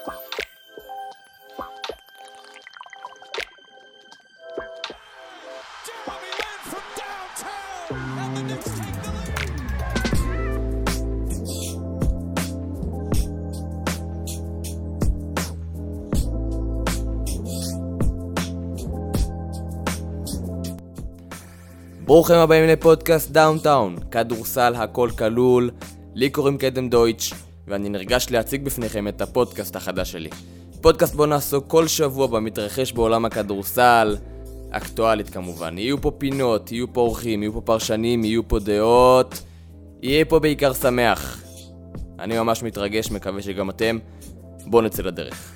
ברוכים הבאים לפודקאסט דאונטאון, כדורסל הכל כלול. לי קוראים קדם דויטש, ואני נרגש להציג בפניכם את הפודקאסט החדש שלי. פודקאסט בו נעסוק כל שבוע במתרחש בעולם הכדורסל, אקטואלית כמובן. יהיו פה פינות, יהיו פה אורחים, יהיו פה פרשנים, יהיו פה דעות, יהיה פה בעיקר שמח. אני ממש מתרגש, מקווה שגם אתם. בואו נצא לדרך.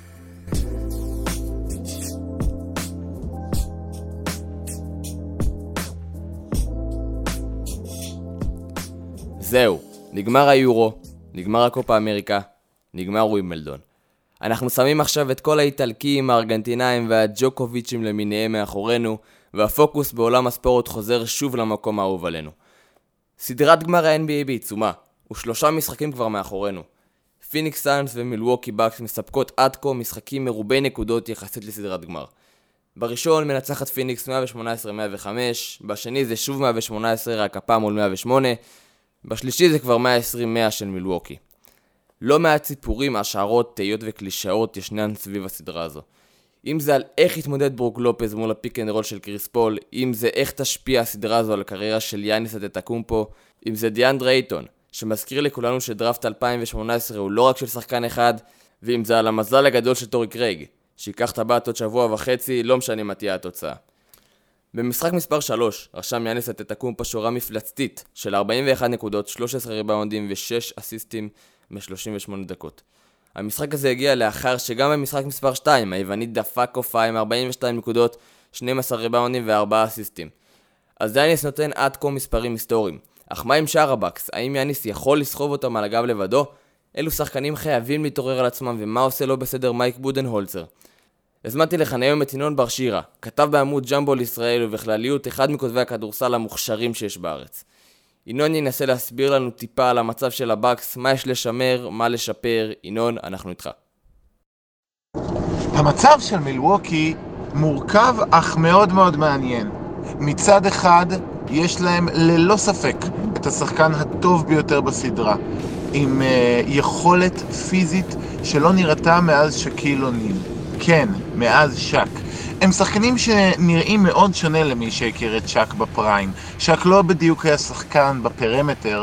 זהו, נגמר היורו, נגמר הקופה אמריקה, נגמר ווימבלדון. אנחנו שמים עכשיו את כל האיטלקים, הארגנטינאים והג'וקוביצ'ים למיניהם מאחורינו, והפוקוס בעולם הספורט חוזר שוב למקום האהוב עלינו. סדרת גמר ה-NBA בעיצומה, ושלושה משחקים כבר מאחורינו. פיניקס סאנס ומילווקי בקס מספקות עד כה משחקים מרובי נקודות יחסית לסדרת גמר. בראשון מנצחת פיניקס 118-105, בשני זה שוב 118 רק הפעם מול 108, בשלישי זה כבר 120-100 של מילווקי. לא מעט סיפורים, השערות, תהיות וקלישאות ישנן סביב הסדרה הזו. אם זה על איך התמודד ברוק לופז מול הפיק אנד רול של קריס פול, אם זה איך תשפיע הסדרה הזו על הקריירה של יאניס אנטטוקומפו, אם זה דיאנדרה אייטון, שמזכיר לכולנו שדראפט 2018 הוא לא רק של שחקן אחד, ואם זה על המזל הגדול של טורי קרייג, שיקח טבעת עוד שבוע וחצי, לא משנה מה תהיה התוצאה. במשחק מספר 3, רשם יאניס אנטטוקומפו שורה מפלצתית של 41 נקודות, 13 ריבאונדים ו6 אסיסטים מ-38 דקות. המשחק הזה הגיע לאחר שגם במשחק מספר 2, היווני דפק הופעה עם 42 נקודות, 12 ריבאונדים ו4 אסיסטים. אז יאניס נותן עד כה מספרים היסטוריים. אך מה עם שאר הבקס? האם יאניס יכול לסחוב אותם על הגב לבדו? אילו שחקנים חייבים להתעורר על עצמם ומה עושה לו בסדר מייק בודנהולצר? הזמנתי לכאן היום את ינון בר שירה, כתב בעמוד ג'מבו לישראל ובכלליות אחד מכותבי הכדורסל המוכשרים שיש בארץ. ינון ינסה להסביר לנו טיפה על המצב של הבקס, מה יש לשמר, מה לשפר. ינון, אנחנו איתך. המצב של מילווקי מורכב אך מאוד מאוד מעניין. מצד אחד יש להם ללא ספק את השחקן הטוב ביותר בסדרה, עם יכולת פיזית שלא נראתה מאז שקיל אוניל. כן, מאז שק. הם שחקנים שנראים מאוד שונה למי שהכיר את שק בפריים. שק לא בדיוק היה שחקן בפרמטר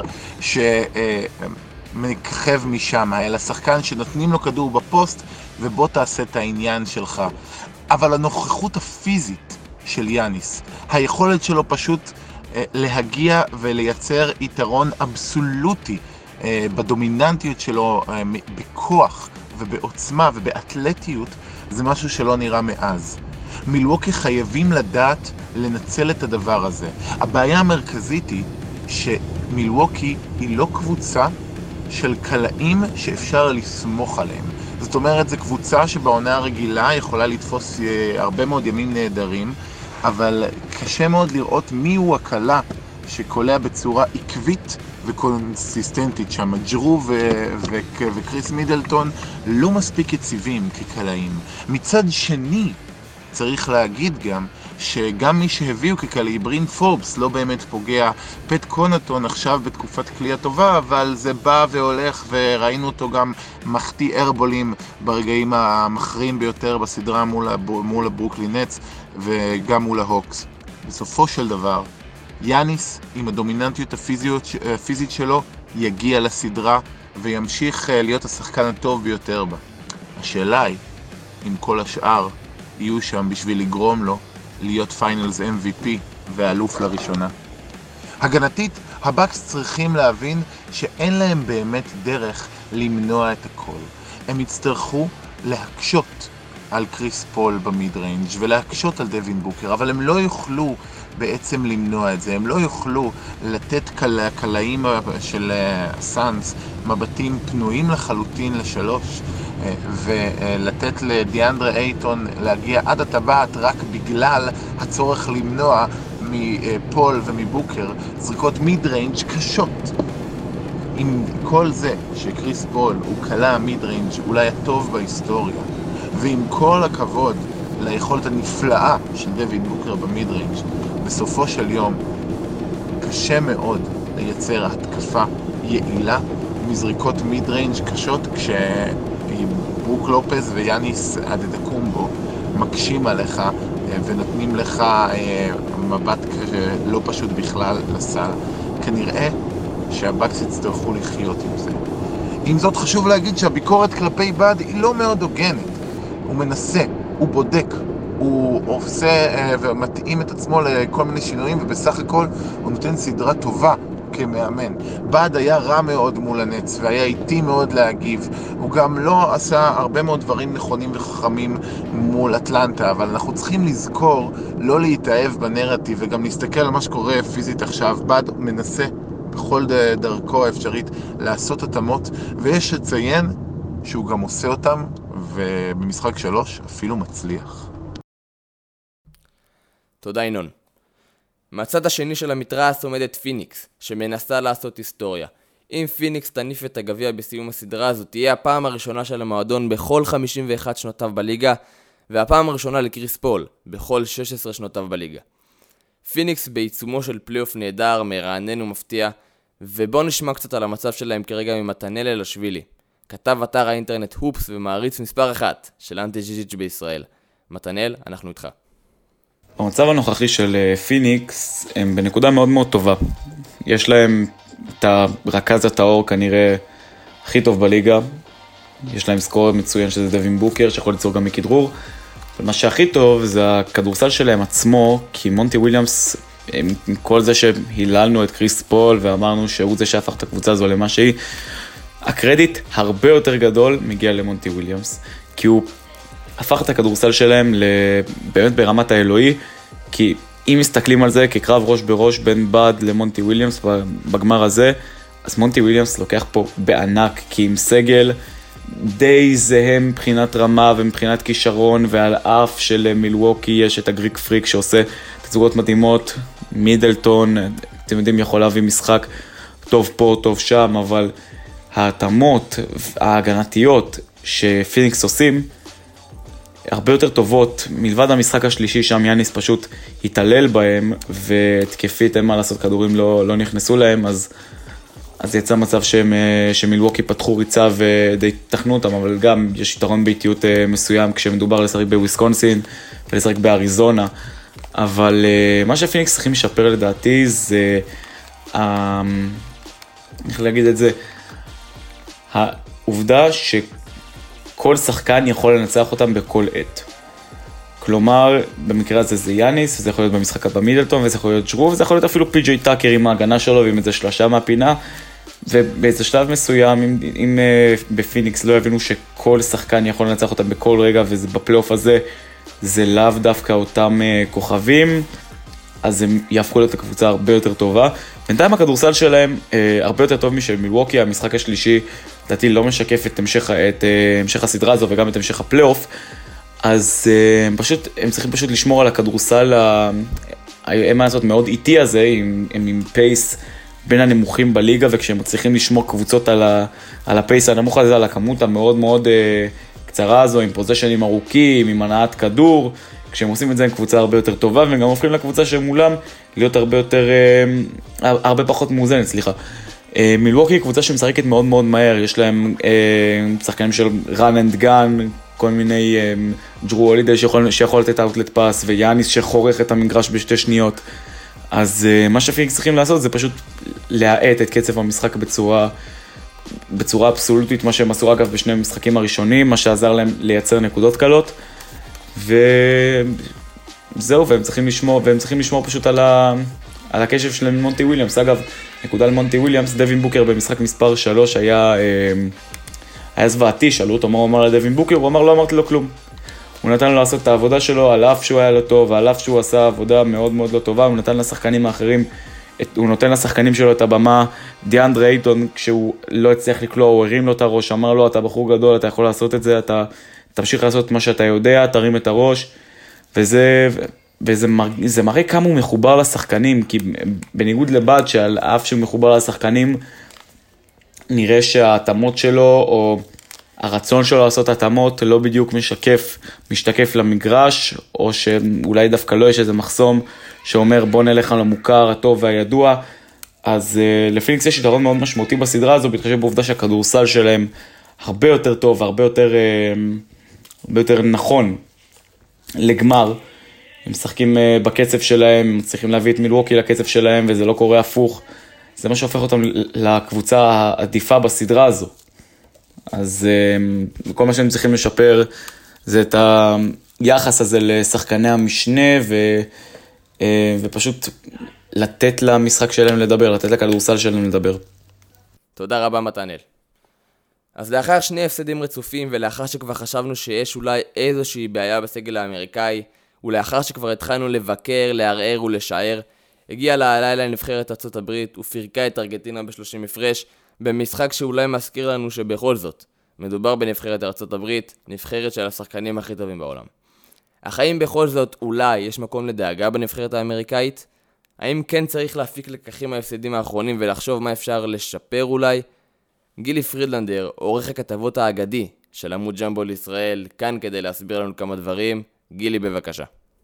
שמככב משם, אלא שחקן שנותנים לו כדור בפוסט ובוא תעשה את העניין שלך. אבל הנוכחות הפיזית של יאניס, היכולת שלו פשוט להגיע ולייצר יתרון אבסולוטי בדומיננטיות שלו, בכוח ובעוצמה ובאתלטיות, זה משהו שלא נראה מאז. מילווקי חייבים לדעת לנצל את הדבר הזה. הבעיה המרכזית היא שמילווקי היא לא קבוצה של קלעים שאפשר לסמוך עליהם. זאת אומרת, זו קבוצה שבעונה הרגילה יכולה לתפוס הרבה מאוד ימים נהדרים, אבל קשה מאוד לראות מיהו הקלה שקולע בצורה עקבית וקונסיסטנטית שם. ג'רו וקריס מידלטון לא מספיק יציבים כקלעים. מצד שני, צריך להגיד גם שגם מי שהביאו כקלעי, ברין פורבס, לא באמת פוגע. פט קונטון עכשיו בתקופת קליעה טובה, אבל זה בא והולך, וראינו אותו גם מחטיא ארבולים ברגעים המכריעים ביותר בסדרה מול הברוקלין נטס וגם מול ההוקס. בסופו של דבר, יאניס עם הדומיננטיות הפיזית שלו יגיע לסדרה וימשיך להיות השחקן הטוב ביותר בה. השאלה היא אם כל השאר יהיו שם בשביל לגרום לו להיות פיינלס MVP ואלוף לראשונה. הגנתית, הבקס צריכים להבין שאין להם באמת דרך למנוע את הכל. הם יצטרכו להקשות על קריס פול במיד ריינג' ולהקשות על דווין בוקר, אבל הם לא יוכלו בעצם למנוע את זה. הם לא יוכלו לתת קלעים של סאנס מבטים פנויים לחלוטין לשלוש, ולתת לדיאנדרה אייטון להגיע עד הטבעת רק בגלל הצורך למנוע מפול ומבוקר זריקות מיד ריינג' קשות. עם כל זה שקריס פול הוא קלה מיד ריינג' אולי הטוב בהיסטוריה, ועם כל הכבוד ליכולת הנפלאה של דווין בוקר במיד ריינג', בסופו של יום קשה מאוד לייצר התקפה יעילה מזריקות מיד ריינג' קשות כשברוק לופז ויאניס אדדקומבו מקשים עליך ונותנים לך מבט לא פשוט בכלל לסל. כנראה שהבקס יצטרכו לחיות עם זה. עם זאת חשוב להגיד שהביקורת כלפי בד היא לא מאוד הוגנת. הוא מנסה, הוא בודק, הוא עושה ומתאים את עצמו לכל מיני שינויים, ובסך הכל הוא נותן סדרה טובה כמאמן. בד היה רע מאוד מול הנץ והיה איטי מאוד להגיב. הוא גם לא עשה הרבה מאוד דברים נכונים וחכמים מול אטלנטה, אבל אנחנו צריכים לזכור לא להתאהב בנרטיב וגם להסתכל על מה שקורה פיזית עכשיו. בד מנסה בכל דרכו האפשרית לעשות התאמות, ויש לציין שהוא גם עושה אותם, ובמשחק 3 אפילו מצליח. תודה ינון. מהצד השני של המתרס עומדת פיניקס, שמנסה לעשות היסטוריה. אם פיניקס תניף את הגביע בסיום הסדרה הזו, תהיה הפעם הראשונה של המועדון בכל 51 שנותיו בליגה, והפעם הראשונה לקריס פול בכל 16 שנותיו בליגה. פיניקס בעיצומו של פלייאוף נהדר, מרענן ומפתיע, ובוא נשמע קצת על המצב שלהם כרגע ממתנאל אלשווילי, כתב אתר האינטרנט הופס ומעריץ מספר 1 של אנטי ג'יג'יץ' בישראל. מתנאל, אנחנו איתך. המצב הנוכחי של פיניקס הם בנקודה מאוד מאוד טובה. יש להם את הרכז הטהור כנראה הכי טוב בליגה. יש להם סקורר מצוין שזה דווין בוקר שיכול ליצור גם מכדרור. אבל מה שהכי טוב זה הכדורסל שלהם עצמו, כי מונטי וויליאמס, עם כל זה שהיללנו את קריס פול ואמרנו שהוא זה שהפך את הקבוצה הזו למה שהיא, הקרדיט הרבה יותר גדול מגיע למונטי וויליאמס, כי הוא הפך את הכדורסל שלהם באמת ברמת האלוהי, כי אם מסתכלים על זה כקרב ראש בראש בין בד למונטי וויליאמס בגמר הזה, אז מונטי וויליאמס לוקח פה בענק, כי עם סגל די זהם מבחינת רמה ומבחינת כישרון, ועל אף של מילווקי יש את הגריק פריק שעושה תצוגות מדהימות, מידלטון, אתם יודעים, יכול להביא משחק טוב פה, טוב שם, אבל ההתאמות ההגנתיות שפיניקס עושים הרבה יותר טובות, מלבד המשחק השלישי שם יאניס פשוט התעלל בהם, והתקפית אין מה לעשות, כדורים לא נכנסו להם, אז יצא מצב שמילווקי פתחו ריצה ודי תכנו אותם, אבל גם יש יתרון ביתיות מסוים כשמדובר לשחק בוויסקונסין ולשחק באריזונה, אבל מה שפיניקס צריכים לשפר לדעתי זה, איך להגיד את זה, העובדה שכל שחקן יכול לנצח אותם בכל עת. כלומר, במקרה הזה זה יאניס, זה יכול להיות במשחק הבא מידלטון, וזה יכול להיות ג'רו, וזה יכול להיות אפילו פי.ג'יי טאקר עם ההגנה שלו, ועם איזה שלושה מהפינה, ובאיזה שלב מסוים, אם בפיניקס לא יבינו שכל שחקן יכול לנצח אותם בכל רגע, וזה בפלייאוף הזה, זה לאו דווקא אותם כוכבים, אז הם יהפכו להיות הקבוצה הרבה יותר טובה. בינתיים הכדורסל שלהם הרבה יותר טוב משל מילווקי, המשחק השלישי, לדעתי לא משקף את המשך הסדרה הזו וגם את המשך הפלייאוף, אז הם צריכים פשוט לשמור על הכדורסל, הם לעשות מאוד איטי הזה, עם פייס בין הנמוכים בליגה, וכשהם מצליחים לשמור קבוצות על הפייס הנמוך הזה, על הכמות המאוד מאוד קצרה הזו, עם פוזיישנים ארוכים, עם הנעת כדור, כשהם עושים את זה הם קבוצה הרבה יותר טובה, והם גם הופכים לקבוצה שמולם להיות הרבה פחות מאוזנת, סליחה. מילווקי היא קבוצה שמשחקת מאוד מאוד מהר, יש להם שחקנים של run and gun, כל מיני ג'רו הולידי שיכול לתת אאוטלט פאס, ויאניס שחורך את המגרש בשתי שניות. אז מה שפיניקס צריכים לעשות זה פשוט להאט את קצב המשחק בצורה אבסולוטית, מה שהם עשו אגב בשני המשחקים הראשונים, מה שעזר להם לייצר נקודות קלות, וזהו, והם צריכים לשמור פשוט על הקשב של מונטי וויליאמס. אגב, נקודה למונטי וויליאמס, דווין בוקר במשחק מספר 3 היה זוועתי, שאלו אותו מה הוא אמר לדווין בוקר, הוא אמר לא אמרתי לו כלום. הוא נתן לו לעשות את העבודה שלו, על אף שהוא היה לא טוב, ועל אף שהוא עשה עבודה מאוד מאוד לא טובה, הוא נתן לשחקנים האחרים, הוא נותן לשחקנים שלו את הבמה. דיאנדרה אייטון, כשהוא לא הצליח לקלוע, הוא הרים לו את הראש, אמר לו, אתה בחור גדול, אתה יכול לעשות את זה, אתה תמשיך לעשות מה שאתה יודע, תרים את הראש, וזה מראה כמה הוא מחובר לשחקנים, כי בניגוד לבד שעל אף שהוא מחובר לשחקנים, נראה שההתאמות שלו, או הרצון שלו לעשות התאמות, לא בדיוק משתקף למגרש, או שאולי דווקא לא יש איזה מחסום, שאומר בוא נלך על המוכר, הטוב והידוע. אז לפיניקס יש יתרון מאוד משמעותי בסדרה הזו, בהתחשב בעובדה שהכדורסל שלהם הרבה יותר טוב, הרבה יותר נכון לגמר. הם משחקים בקצב שלהם, הם צריכים להביא את מילווקי לקצב שלהם, וזה לא קורה הפוך. זה מה שהופך אותם לקבוצה העדיפה בסדרה הזו. אז כל מה שהם צריכים לשפר זה את היחס הזה לשחקני המשנה, ופשוט לתת למשחק שלהם לדבר, לתת לכדורסל שלהם לדבר. תודה רבה מתנאל. אז לאחר שני הפסדים רצופים, ולאחר שכבר חשבנו שיש אולי איזושהי בעיה בסגל האמריקאי, ולאחר שכבר התחלנו לבקר, לערער ולשער, הגיעה הלילה לנבחרת ארצות הברית ופירקה את ארגנטינה ב30 הפרש, במשחק שאולי מזכיר לנו שבכל זאת, מדובר בנבחרת ארצות הברית, נבחרת של השחקנים הכי טובים בעולם. אך האם בכל זאת אולי יש מקום לדאגה בנבחרת האמריקאית? האם כן צריך להפיק לקחים מההפסדים האחרונים ולחשוב מה אפשר לשפר אולי? גילי פרידלנדר, עורך הכתבות האגדי של עמוד ג'מבו לישראל, כאן כדי להסביר לנו כמה דברים. גילי, בבקשה.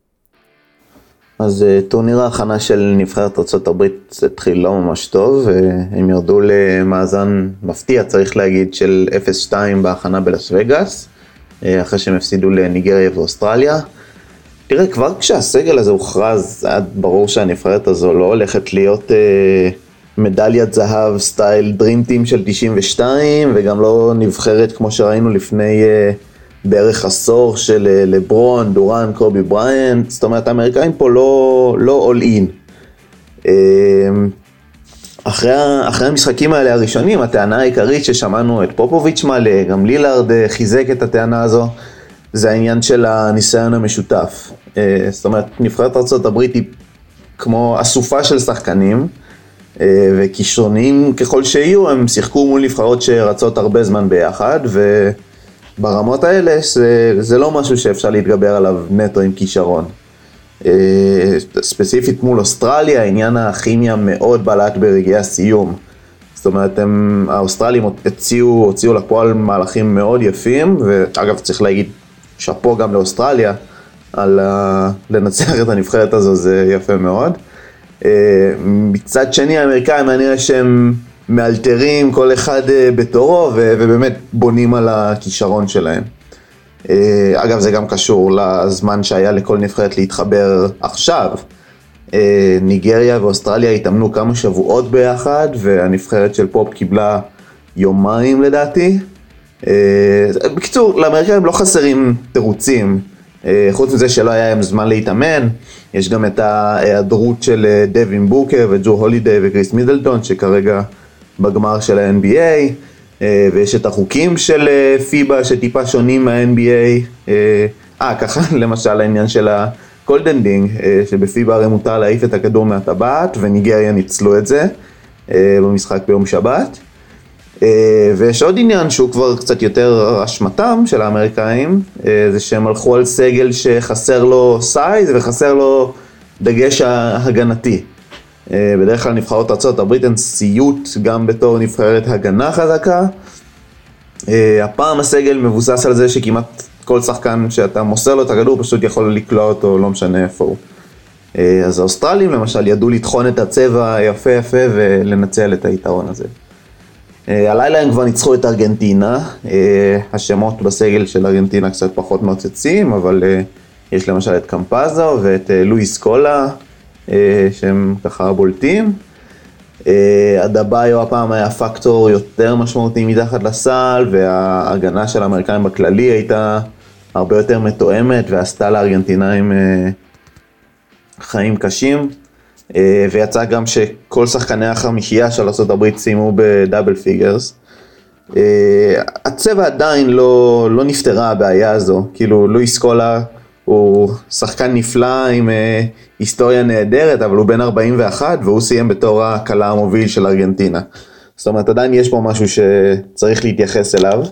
אז טורניר ההכנה של נבחרת ארצות הברית התחיל לא ממש טוב, הם ירדו למאזן מפתיע, צריך להגיד, של 0-2 בהכנה בלאס וגאס, אחרי שהם הפסידו לניגריה ואוסטרליה. תראה, כבר כשהסגל הזה הוכרז, היה ברור שהנבחרת הזו לא הולכת להיות מדליית זהב סטייל דרים טים של 92, וגם לא נבחרת כמו שראינו לפני בערך עשור של לברון, דורן, קובי בריינט. זאת אומרת, האמריקאים פה לא all in. אחרי המשחקים האלה הראשונים, הטענה העיקרית ששמענו את פופוביץ' מלא, גם לילארד חיזק את הטענה הזו, זה העניין של הניסיון המשותף. זאת אומרת, נבחרת ארצות הברית היא כמו אסופה של שחקנים, וכישרונים ככל שיהיו, הם שיחקו מול נבחרות שרצות הרבה זמן ביחד, וברמות האלה זה לא משהו שאפשר להתגבר עליו נטו עם כישרון. ספציפית מול אוסטרליה, עניין הכימיה מאוד בלט ברגעי הסיום. זאת אומרת, האוסטרלים הוציאו לפועל מהלכים מאוד יפים, ואגב צריך להגיד שפו גם לאוסטרליה, על לנצח את הנבחרת הזו, זה יפה מאוד. מצד שני, האמריקאים נראה שהם מאלתרים כל אחד בתורו, ובאמת בונים על הכישרון שלהם. אגב, זה גם קשור לזמן שהיה לכל נבחרת להתחבר עכשיו. ניגריה ואוסטרליה התאמנו כמה שבועות ביחד, והנבחרת של פופ קיבלה יומיים לדעתי. בקיצור, לאמריקאים לא חסרים תירוצים. חוץ מזה שלא היה להם זמן להתאמן, יש גם את ההיעדרות של דווין בוקר וג'ו הולידיי וקריס מידלטון, שכרגע בגמר של ה-NBA, ויש את החוקים של פיבה שטיפה שונים מה-NBA, ככה למשל העניין של הקולדנדינג, שבפיבה הרי מותר להעיף את הכדור מהטבעת, וניגריה ניצלו את זה במשחק ביום שבת. ויש עוד עניין שהוא כבר קצת יותר אשמתם של האמריקאים, זה שהם הלכו על סגל שחסר לו סייז וחסר לו דגש הגנתי. בדרך כלל נבחרות ארצות הברית הן סיוט גם בתור נבחרת הגנה חזקה. הפעם הסגל מבוסס על זה שכמעט כל שחקן שאתה מוסר לו את הכדור פשוט יכול לקלוע אותו, לא משנה איפה הוא. אז האוסטרלים למשל ידעו לטחון את הצבע יפה ולנצל את היתרון הזה. הלילה הם כבר ניצחו את ארגנטינה, השמות בסגל של ארגנטינה קצת פחות מוצצים, אבל יש למשל את קמפזו ואת לואיס קולה, שהם ככה בולטים. אדבאיו הפעם היה פקטור יותר משמעותי מתחת לסל, וההגנה של האמריקאים בכללי הייתה הרבה יותר מתואמת, ועשתה לארגנטינאים חיים קשים. ויצא גם שכל שחקני החמישייה של ארצות הברית סיימו בדאבל פיגרס. הצבע עדיין לא נפתרה הבעיה הזו, כאילו לואיס קולה הוא שחקן נפלא עם היסטוריה נהדרת, אבל הוא בן 41 והוא סיים בתור הקלה המוביל של ארגנטינה. זאת אומרת, עדיין יש פה משהו שצריך להתייחס אליו.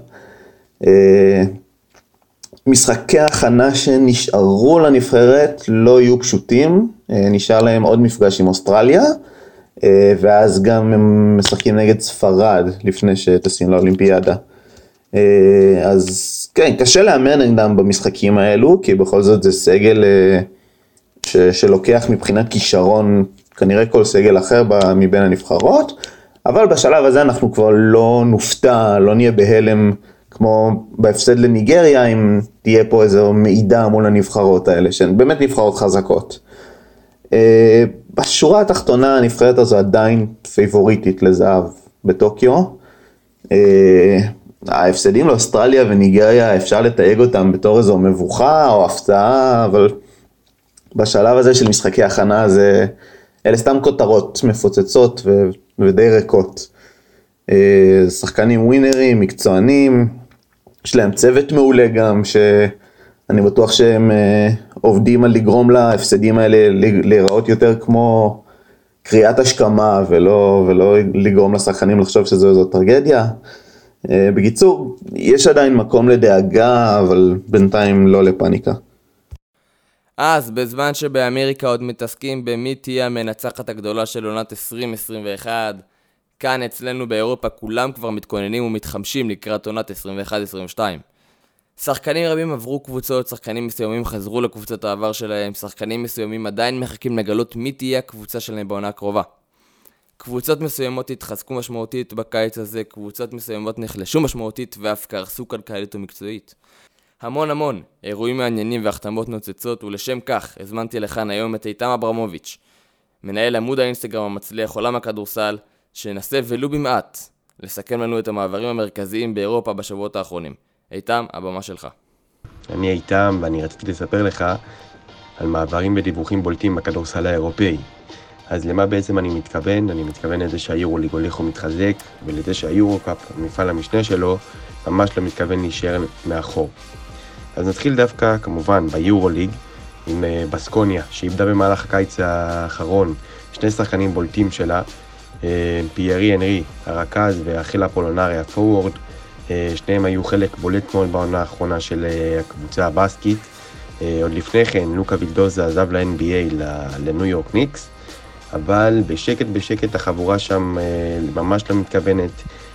משחקי ההכנה שנשארו לנבחרת לא יהיו פשוטים, נשאר להם עוד מפגש עם אוסטרליה, ואז גם הם משחקים נגד ספרד לפני שטסים לאולימפיאדה. אז כן, קשה לאמן נגדם במשחקים האלו, כי בכל זאת זה סגל שלוקח מבחינת כישרון כנראה כל סגל אחר מבין הנבחרות, אבל בשלב הזה אנחנו כבר לא נופתע, לא נהיה בהלם כמו בהפסד לניגריה, אם תהיה פה איזו מעידה מול הנבחרות האלה, שהן באמת נבחרות חזקות. בשורה התחתונה הנבחרת הזו עדיין פייבוריטית לזהב בטוקיו. ההפסדים לאוסטרליה וניגריה אפשר לתייג אותם בתור איזו מבוכה או הפתעה, אבל בשלב הזה של משחקי הכנה אלה סתם כותרות מפוצצות ודי ריקות. שחקנים ווינרים, מקצוענים, יש להם צוות מעולה גם, שאני בטוח שהם עובדים על לגרום להפסדים האלה להיראות יותר כמו קריאת השכמה, ולא לגרום לשחקנים לחשוב שזו טרגדיה. בקיצור, יש עדיין מקום לדאגה, אבל בינתיים לא לפאניקה. אז בזמן שבאמריקה עוד מתעסקים במי תהיה המנצחת הגדולה של עונת 2021, כאן אצלנו באירופה כולם כבר מתכוננים ומתחמשים לקראת עונת 21-22. שחקנים רבים עברו קבוצות, שחקנים מסוימים חזרו לקבוצת העבר שלהם, שחקנים מסוימים עדיין מחכים לגלות מי תהיה הקבוצה שלהם בעונה הקרובה. קבוצות מסוימות התחזקו משמעותית בקיץ הזה, קבוצות מסוימות נחלשו משמעותית ואף קרסו כלכלית ומקצועית. המון אירועים מעניינים והחתמות נוצצות, ולשם כך הזמנתי לכאן היום את איתם אברמוביץ', מנהל עמוד האינסטגרם המצליח עולם הכדורסל, שנסה ולו במעט לסכם לנו את המעברים המרכזיים באירופה בשבועות האחרונים. איתם, הבמה שלך. אני איתם, ואני רציתי לספר לך על מעברים ודיווחים בולטים בכדורסל האירופאי. אז למה בעצם אני מתכוון? אני מתכוון לזה שהיורוליג הולך ומתחזק, ולזה שהיורוקאפ, המפעל המשנה שלו, ממש לא מתכוון להישאר מאחור. אז נתחיל דווקא כמובן ביורוליג עם בסקוניה, שאיבדה במהלך הקיץ האחרון שני שחקנים בולטים שלה, פיירי אנרי, הרכז, ואחיל אפולונרי, הפורוורד. שניהם היו חלק בולט מאוד בעונה האחרונה של הקבוצה הבאסקית. עוד לפני כן לוקה וילדוזה עזב ל-NBA לניו יורק ניקס, אבל בשקט החבורה שם ממש לא מתכוונת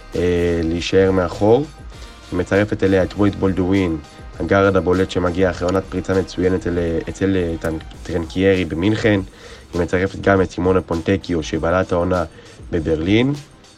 להישאר מאחור. היא מצרפת אליה את ווייד בולדווין, הגארד הבולט שמגיע אחרי עונת פריצה מצוינת אצל טרנקיירי במינכן. היא מצרפת גם את סימונה פונטקיו שבעלת העונה בברלין,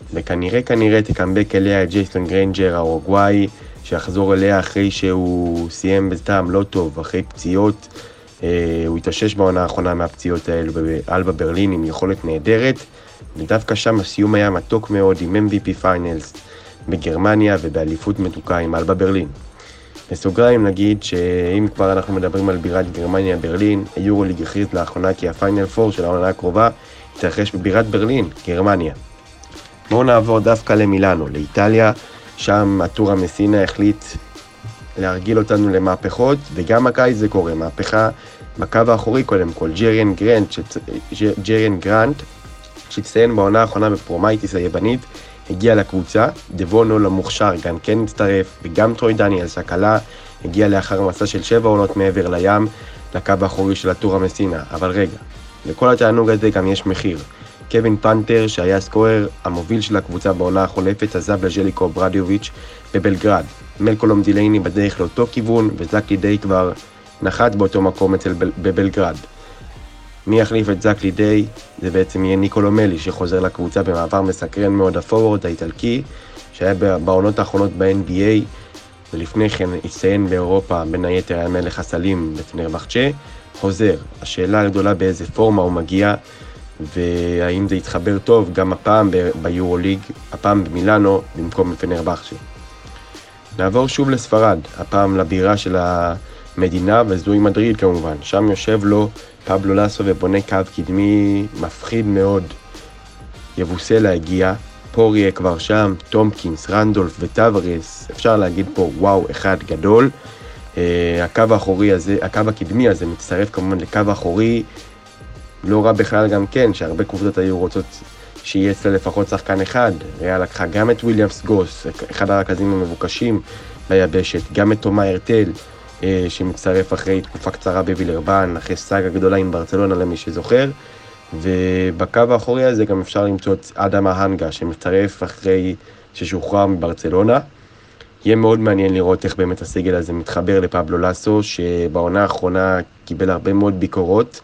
וכנראה תקמבק אליה את ג'ייסון גריינג'ר האורוגוואי, שיחזור אליה אחרי שהוא סיים בטעם לא טוב, אחרי פציעות. הוא התאושש בעונה האחרונה מהפציעות האלו באלבה ברלין עם יכולת נהדרת, ודווקא שם הסיום היה מתוק מאוד עם MVP פיינלס בגרמניה ובאליפות מתוקה עם אלבה ברלין. בסוגריים נגיד שאם כבר אנחנו מדברים על בירת גרמניה ברלין, היורוליג הכריז לאחרונה כי הפיינל 4 של העונה הקרובה יתרחש בבירת ברלין, גרמניה. בואו נעבור דווקא למילאנו, לאיטליה, שם הטורה מסינה החליט להרגיל אותנו למהפכות, וגם הקיץ זה קורה, מהפכה בקו האחורי קודם כל. ג'ריאן גרנט, שהצטיין בעונה האחרונה בפרומייטיס היבנית, הגיע לקבוצה. דבונו למוכשר גם כן הצטרף, וגם טרוי דניאלס הקלה הגיע לאחר מסע של 7 עונות מעבר לים לקו האחורי של הטורה מסינה. אבל רגע, לכל התענוג הזה גם יש מחיר. קווין פנטר, שהיה סקורר המוביל של הקבוצה בעונה החולפת, עזב לג'ליקו ברדיוביץ' בבלגרד. מלקולום דילייני בדרך לאותו כיוון, וזק לידי כבר נחת באותו מקום בבלגרד. מי יחליף את זק לידי? זה בעצם יהיה ניקולו מלי, שחוזר לקבוצה במעבר מסקרן מאוד, הפורוורד האיטלקי, שהיה בעונות האחרונות ב-NBA, ולפני כן הצטיין באירופה, בין היתר היה מלך הסלים בפנרבחצ'ה, חוזר. השאלה הגדולה באיזה פורמה הוא מגיע, והאם זה יתחבר טוב גם הפעם ביורוליג, הפעם במילאנו במקום בפנרבחצ'ה. נעבור שוב לספרד, הפעם לבירה של המדינה, וזו היא מדריד כמובן. שם יושב לו פבלו לסו ובונה קו קדמי מפחיד מאוד. יבוסלה הגיע, פוריה כבר שם, טומקינס, רנדולף וטוורס, אפשר להגיד פה וואו אחד גדול. הקו האחורי הזה, הקו הקדמי הזה מצטרף כמובן לקו האחורי לא רע בכלל גם כן, שהרבה קבוצות היו רוצות שיהיה אצלה לפחות שחקן אחד. ריאל לקחה גם את וויליאמס גוס, אחד הרכזים המבוקשים ביבשת, גם את תומא הרטל, שמצטרף אחרי תקופה קצרה בווילרבן, אחרי סאגה גדולה עם ברצלונה למי שזוכר, ובקו האחורי הזה גם אפשר למצוא את אדם ההנגה, שמצטרף אחרי ששוחרר מברצלונה. יהיה מאוד מעניין לראות איך באמת הסגל הזה מתחבר לפבלו לסו, שבעונה האחרונה קיבל הרבה מאוד ביקורות,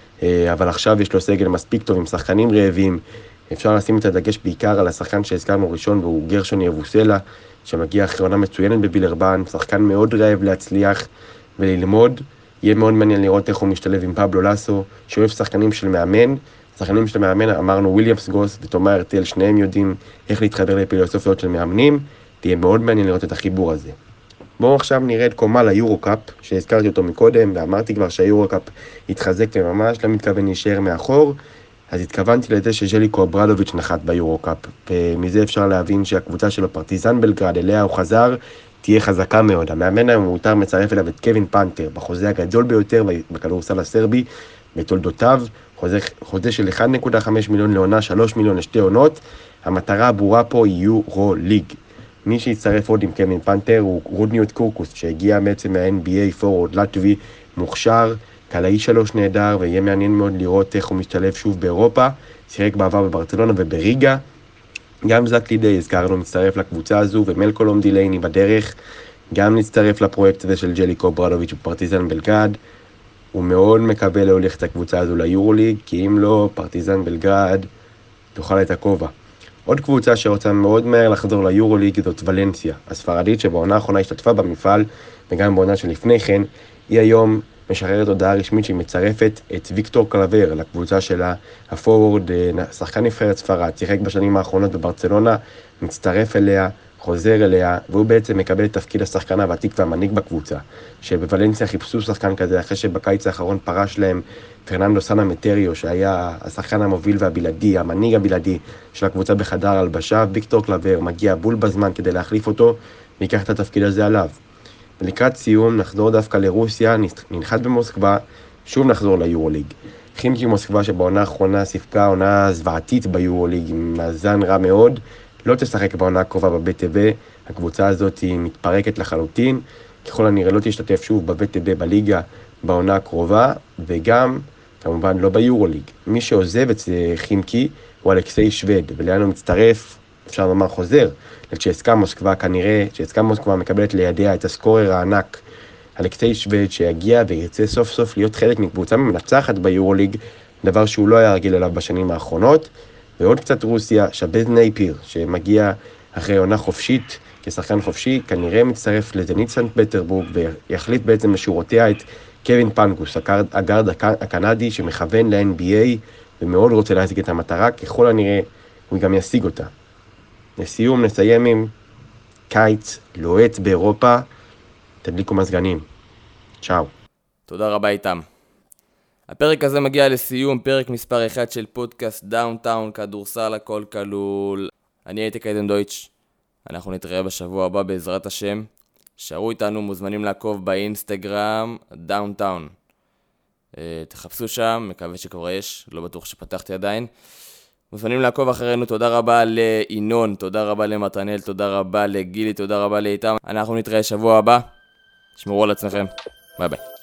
אבל עכשיו יש לו סגל מספיק טוב עם שחקנים רעבים. אפשר לשים את הדגש בעיקר על השחקן שהזכרנו ראשון, והוא גרשון יבוסלה, שמגיע אחרי עונה מצוינת בבילרבן, שחקן מאוד רעב להצליח וללמוד. יהיה מאוד מעניין לראות איך הוא משתלב עם פבלו לסו, שאוהב שחקנים של מאמן. שחקנים של מאמן, אמרנו וויליאמס גוס ותומא הרטל, שניהם יודעים איך להתחבר לפילוסופיות של מאמנים. תהיה מאוד מעניין לראות את החיבור הזה. בואו עכשיו נראה את קומה ליורו-קאפ, שהזכרתי אותו מקודם, ואמרתי כבר שהיורו-קאפ יתחזק וממש לא מתכוון להישאר מאחור, אז התכוונתי לזה שז'ליקו אברדוביץ' נחת ביורו-קאפ, ומזה אפשר להבין שהקבוצה שלו פרטיזן בלגרד, אליה הוא חזר, תהיה חזקה מאוד. המאמן המותר מצרף אליו את קווין פנטר, בחוזה הגדול ביותר בכדורסל הסרבי, בתולדותיו, חוזה של 1.5 מיליון לעונה, 3 מיליון לשתי עונות. המטרה הברורה פה היא יורו ליג. מי שיצטרף עוד עם קווין פנטר הוא רודניוט קורקוס, שהגיע בעצם מה-NBA פורוורד לטבי, מוכשר, קלעי 3 נהדר, ויהיה מעניין מאוד לראות איך הוא משתלב שוב באירופה. שיחק בעבר בברצלונה ובריגה. גם זק לידי הזכרנו מצטרף לקבוצה הזו, ומלקולום דילייני בדרך, גם נצטרף לפרויקט הזה של ג'ליקו ברדוביץ' בפרטיזן בלגרד. הוא מאוד מקווה להוליך את הקבוצה הזו ליורוליג, כי אם לא, פרטיזן בלגרד תאכל את הכובע. עוד קבוצה שרוצה מאוד מהר לחזור ליורוליג זאת ולנסיה, הספרדית שבעונה האחרונה השתתפה במפעל, וגם בעונה שלפני כן, היא היום משחררת הודעה רשמית שהיא מצרפת את ויקטור קלבר לקבוצה שלה, הפורוורד, שחקן נבחרת ספרד, שיחק בשנים האחרונות בברצלונה, מצטרף אליה, חוזר אליה, והוא בעצם מקבל את תפקיד השחקן הוותיק והמנהיג בקבוצה, שבוולנסיה חיפשו שחקן כזה אחרי שבקיץ האחרון פרש להם פרננדו סאנה מטריו, שהיה השחקן המוביל והבלעדי, המנהיג הבלעדי של הקבוצה בחדר הלבשה. ויקטור קלבר מגיע בול בזמן כדי להחליף אותו, ויקח את התפקיד הזה עליו. ולקראת סיום נחזור דווקא לרוסיה, ננחת במוסקבה, שוב נחזור ליורוליג. חימקי מוסקבה שבעונה האחרונה סיפקה עונה זוועתית ביורוליג, עם מאזן רע מאוד, לא תשחק בעונה הקרובה ב-BTB, הקבוצה הזאת היא מתפרקת לחלוטין, ככל הנראה לא תשתתף שוב ב-BTB בליגה בעונה הקרובה, וגם כמובן לא ביורוליג. מי שעוזב את חימקי הוא אלכסיי שווד, ולאן הוא מצטרף, אפשר לומר חוזר, לצ'סקה מוסקבה, כנראה צ'סקה מוסקבה מקבלת לידיה את הסקורר הענק, אלכסיי שווד, שיגיע וירצה סוף סוף להיות חלק מקבוצה מנצחת ביורוליג, דבר שהוא לא היה רגיל אליו בשנים האחרונות. ועוד קצת רוסיה, שבז נייפיר, שמגיע אחרי עונה חופשית, כשחקן חופשי, כנראה מצטרף לזנית סנט פטרבורג, ויחליף בעצם לשורותיה את קווין פנגוס, הגארד הקנדי שמכוון ל-NBA, ומאוד רוצה להשיג את המטרה, ככל הנראה הוא גם ישיג אותה. לסיום נסיים עם קיץ לוהט באירופה, תדליקו מזגנים. צ'או. תודה רבה איתם. הפרק הזה מגיע לסיום, פרק מספר 1 של פודקאסט דאונטאון, כדורסל הכל כלול. אני הייתי קיידן דויטש, אנחנו נתראה בשבוע הבא בעזרת השם. שערו איתנו, מוזמנים לעקוב באינסטגרם, דאונטאון. תחפשו שם, מקווה שכבר יש, לא בטוח שפתחתי עדיין. מוזמנים לעקוב אחרינו, תודה רבה לאינון, תודה רבה למתנאל, תודה רבה לגילי, תודה רבה לאיתם. אנחנו נתראה שבוע הבא, שמרו על עצמכם, ביי ביי.